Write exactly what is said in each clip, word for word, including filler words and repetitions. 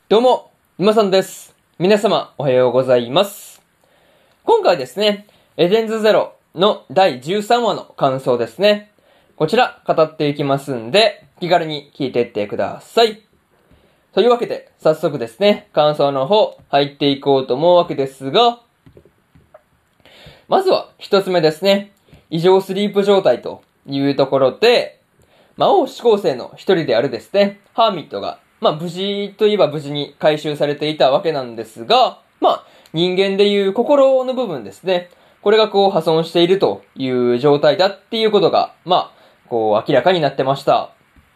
どうも、今さんです。皆様、おはようございます。今回ですね、エデンズゼロのだいじゅうさんわの感想ですね。こちら、語っていきますんで、気軽に聞いていってください。というわけで、早速ですね、感想の方、入っていこうと思うわけですが、まずは、一つ目ですね、異常スリープ状態というところで、魔王四煌星の一人であるですね、ハーミットが、まあ無事といえば無事に回収されていたわけなんですが、まあ人間でいう心の部分ですね。これがこう破損しているという状態だっていうことが、まあ、こう明らかになってました。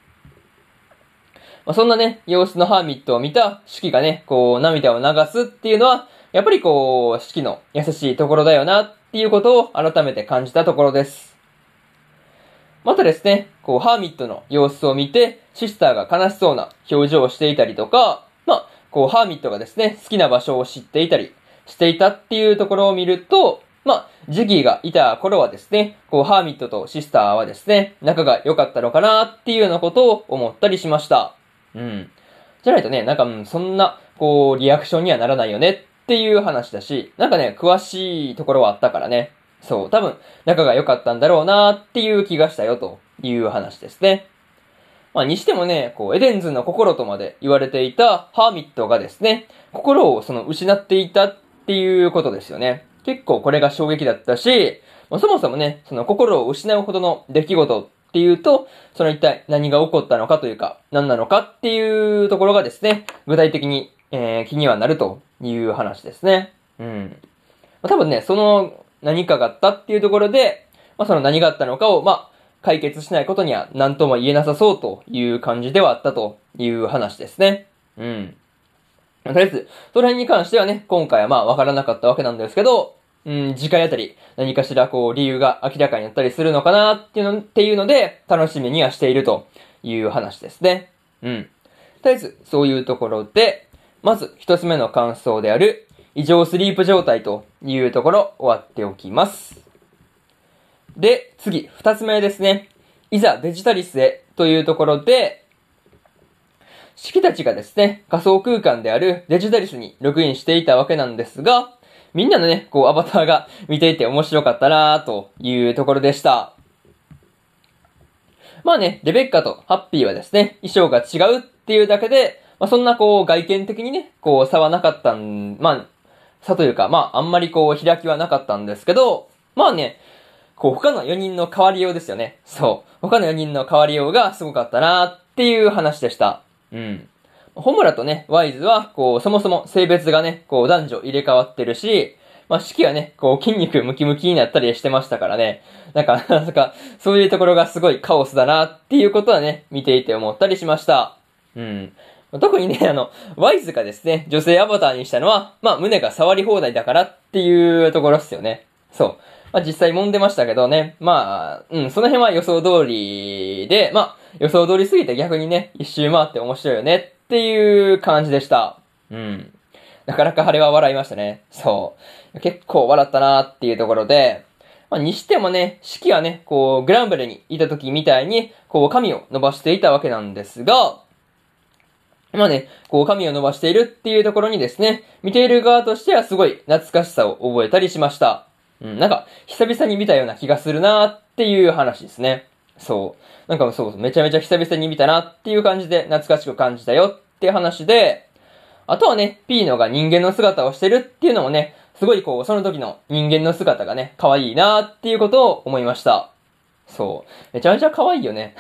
まあ、そんなね、様子のハーミットを見たシキがね、こう涙を流すっていうのは、やっぱりこう、シキの優しいところだよなっていうことを改めて感じたところです。またですね、こう、ハーミットの様子を見て、シスターが悲しそうな表情をしていたりとか、まあ、こう、ハーミットがですね、好きな場所を知っていたりしていたっていうところを見ると、まあ、ジギーがいた頃はですね、こう、ハーミットとシスターはですね、仲が良かったのかなっていうようなことを思ったりしました。うん。じゃないとね、なんか、うん、そんな、こう、リアクションにはならないよねっていう話だし、なんかね、詳しいところはあったからね。そう、多分、仲が良かったんだろうなっていう気がしたよという話ですね。まあ、にしてもね、こう、エデンズの心とまで言われていたハーミットがですね、心をその失っていたっていうことですよね。結構これが衝撃だったし、まあ、そもそもね、その心を失うほどの出来事っていうと、その一体何が起こったのかというか、何なのかっていうところがですね、具体的に、えー、気にはなるという話ですね。うん。まあ、多分ね、その何かがあったっていうところで、まあ、その何があったのかを、まあ、解決しないことには何とも言えなさそうという感じではあったという話ですね。うん。とりあえず、その辺に関してはね、今回はまあ分からなかったわけなんですけど、うん、次回あたり何かしらこう理由が明らかになったりするのかなっていうの、っていうので、楽しみにはしているという話ですね。うん。とりあえず、そういうところで、まず一つ目の感想である、異常スリープ状態というところ終わっておきます。で、次、二つ目ですね。いざデジタリスへというところで、シキたちがですね、仮想空間であるデジタリスにログインしていたわけなんですが、みんなのね、こうアバターが見ていて面白かったなーというところでした。まあね、レベッカとハッピーはですね、衣装が違うっていうだけで、まあそんなこう外見的にね、こう差はなかったん、まあ、差というか、まああんまりこう開きはなかったんですけど、まあね、こう他のよにんの変わりようですよね。そう。他のよにんの変わりようがすごかったなっていう話でした。うん。ホムラとね、ワイズは、こう、そもそも性別がね、こう男女入れ替わってるし、まあ、四季はね、こう筋肉ムキムキになったりしてましたからね。なんか、なんか、そういうところがすごいカオスだなっていうことはね、見ていて思ったりしました。うん。特にね、あの、ワイズがですね、女性アバターにしたのは、まあ、胸が触り放題だからっていうところっすよね。そう。まあ、実際揉んでましたけどね。まあ、うん、その辺は予想通りで、まあ、予想通りすぎて逆にね、一周回って面白いよねっていう感じでした。うん。なかなかあれは笑いましたね。そう。結構笑ったなーっていうところで、まあ、にしてもね、四季はね、こう、グランブレにいた時みたいに、こう、髪を伸ばしていたわけなんですが、まあね、こう髪を伸ばしているっていうところにですね、見ている側としてはすごい懐かしさを覚えたりしました。うん、なんか、久々に見たような気がするなーっていう話ですね。そう。なんかそうそう、めちゃめちゃ久々に見たなっていう感じで懐かしく感じたよっていう話で、あとはね、ピーノが人間の姿をしてるっていうのもね、すごいこう、その時の人間の姿がね、可愛いなーっていうことを思いました。そう。めちゃめちゃ可愛いよね。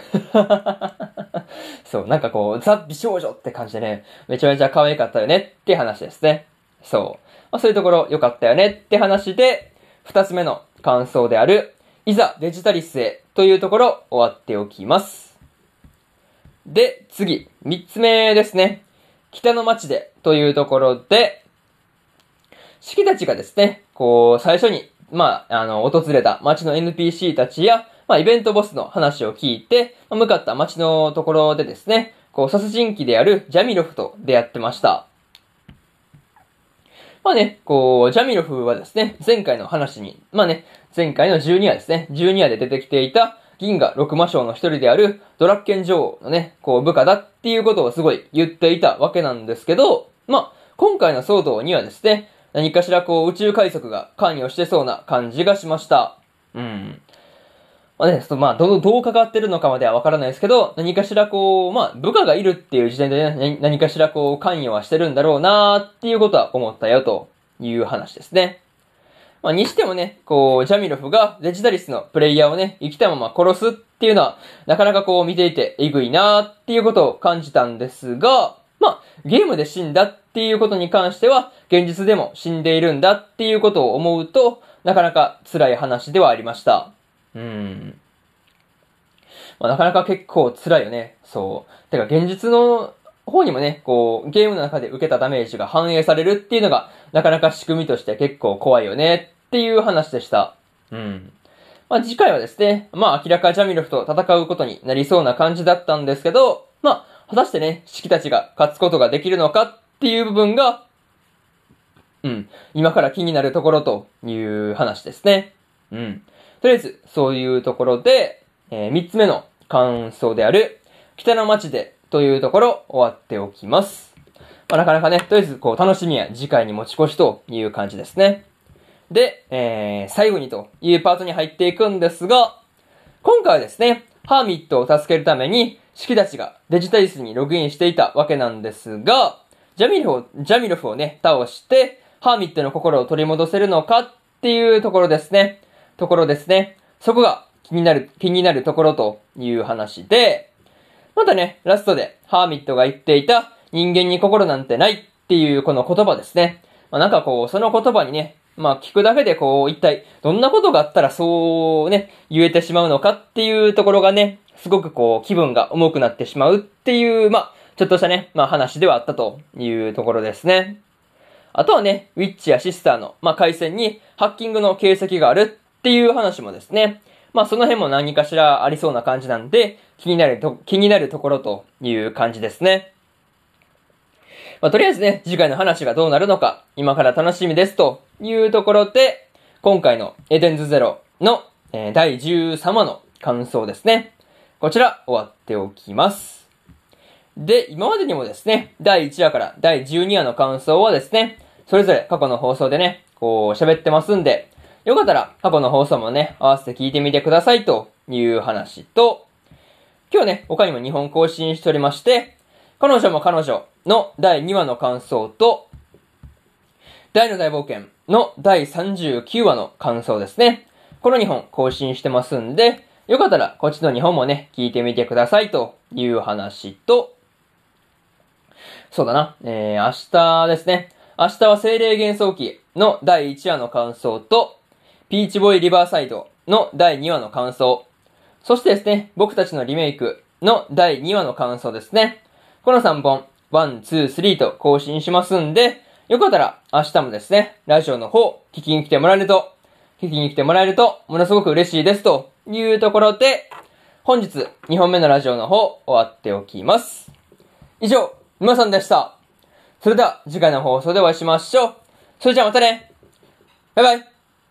そう。なんかこう、ザ・美少女って感じでね、めちゃめちゃ可愛かったよねって話ですね。そう。まあ、そういうところ良かったよねって話で、二つ目の感想である、いざデジタリスへというところ終わっておきます。で、次、三つ目ですね。北の街でというところで、四季たちがですね、こう、最初に、まあ、あの、訪れた街の エヌピーシー たちや、まあ、イベントボスの話を聞いて、まあ、向かった街のところでですね、こう、殺人鬼であるジャミロフと出会ってました。まあね、こう、ジャミロフはですね、前回の話に、まあね、前回のじゅうにわですね、じゅうにわで出てきていた銀河六魔将の一人であるドラッケン女王のね、こう部下だっていうことをすごい言っていたわけなんですけど、まあ、今回の騒動にはですね、何かしらこう宇宙海賊が関与してそうな感じがしました。うん。まあね、まあ、どう、どう関わってるのかまではわからないですけど、何かしらこう、まあ、部下がいるっていう時点でね、何かしらこう、関与はしてるんだろうなーっていうことは思ったよという話ですね。まあ、にしてもね、こう、ジャミロフがデジタリスのプレイヤーをね、生きたまま殺すっていうのは、なかなかこう見ていてえぐいなーっていうことを感じたんですが、まあ、ゲームで死んだっていうことに関しては、現実でも死んでいるんだっていうことを思うと、なかなか辛い話ではありました。うーん。まあ、なかなか結構辛いよね。そう。てか現実の方にもね、こう、ゲームの中で受けたダメージが反映されるっていうのが、なかなか仕組みとして結構怖いよねっていう話でした。うん。まあ次回はですね、まあ明らかジャミロフと戦うことになりそうな感じだったんですけど、まあ、果たしてね、シキたちが勝つことができるのかっていう部分が、うん、今から気になるところという話ですね。うん。とりあえず、そういうところで、えー、三つ目の感想である、北の街でというところ終わっておきます。まあ、なかなかね、とりあえずこう楽しみは次回に持ち越しという感じですね。で、えー、最後にというパートに入っていくんですが、今回はですね、ハーミットを助けるために、シキたちがデジタリスにログインしていたわけなんですが、ジャミロフを、ジャミロフをね、倒して、ハーミットの心を取り戻せるのかっていうところですね。ところですね。そこが気になる、気になるところという話で、またね、ラストでハーミットが言っていた人間に心なんてないっていうこの言葉ですね。まあ、なんかこう、その言葉にね、まあ聞くだけでこう、一体どんなことがあったらそうね、言えてしまうのかっていうところがね、すごくこう、気分が重くなってしまうっていう、まあ、ちょっとしたね、まあ話ではあったというところですね。あとはね、ウィッチやシスターの、まあ回線にハッキングの形跡があるっていう話もですね、まあその辺も何かしらありそうな感じなんで、気になると、気になるところという感じですね。まあとりあえずね、次回の話がどうなるのか、今から楽しみですというところで、今回のエデンズゼロの、えー、だいじゅうさんわの感想ですね。こちら終わっておきます。で、今までにもですね、だいいちわからだいじゅうにわの感想はですね、それぞれ過去の放送でね、こう喋ってますんで、よかったら過去の放送もね、合わせて聞いてみてくださいという話と、今日ね、他にもにほん更新しておりまして、彼女も彼女のだいにわの感想と、大の大冒険のだいさんじゅうきゅうわの感想ですね。このにほん更新してますんで、よかったらこっちのにほんもね、聞いてみてくださいという話と、そうだな、えー、明日ですね。明日は精霊幻想記のだいいちわの感想と、ピーチボーイリバーサイドのだいにわの感想、そしてですね、僕たちのリメイクのだいにわの感想ですね。このさんぼん、ワン、ツー、スリーと更新しますんで、よかったら明日もですね、ラジオの方、聞きに来てもらえると、聞きに来てもらえると、ものすごく嬉しいですというところで、本日にほんめのラジオの方、終わっておきます。以上、沼さんでした。それでは次回の放送でお会いしましょう。それじゃあまたね。バイバイ。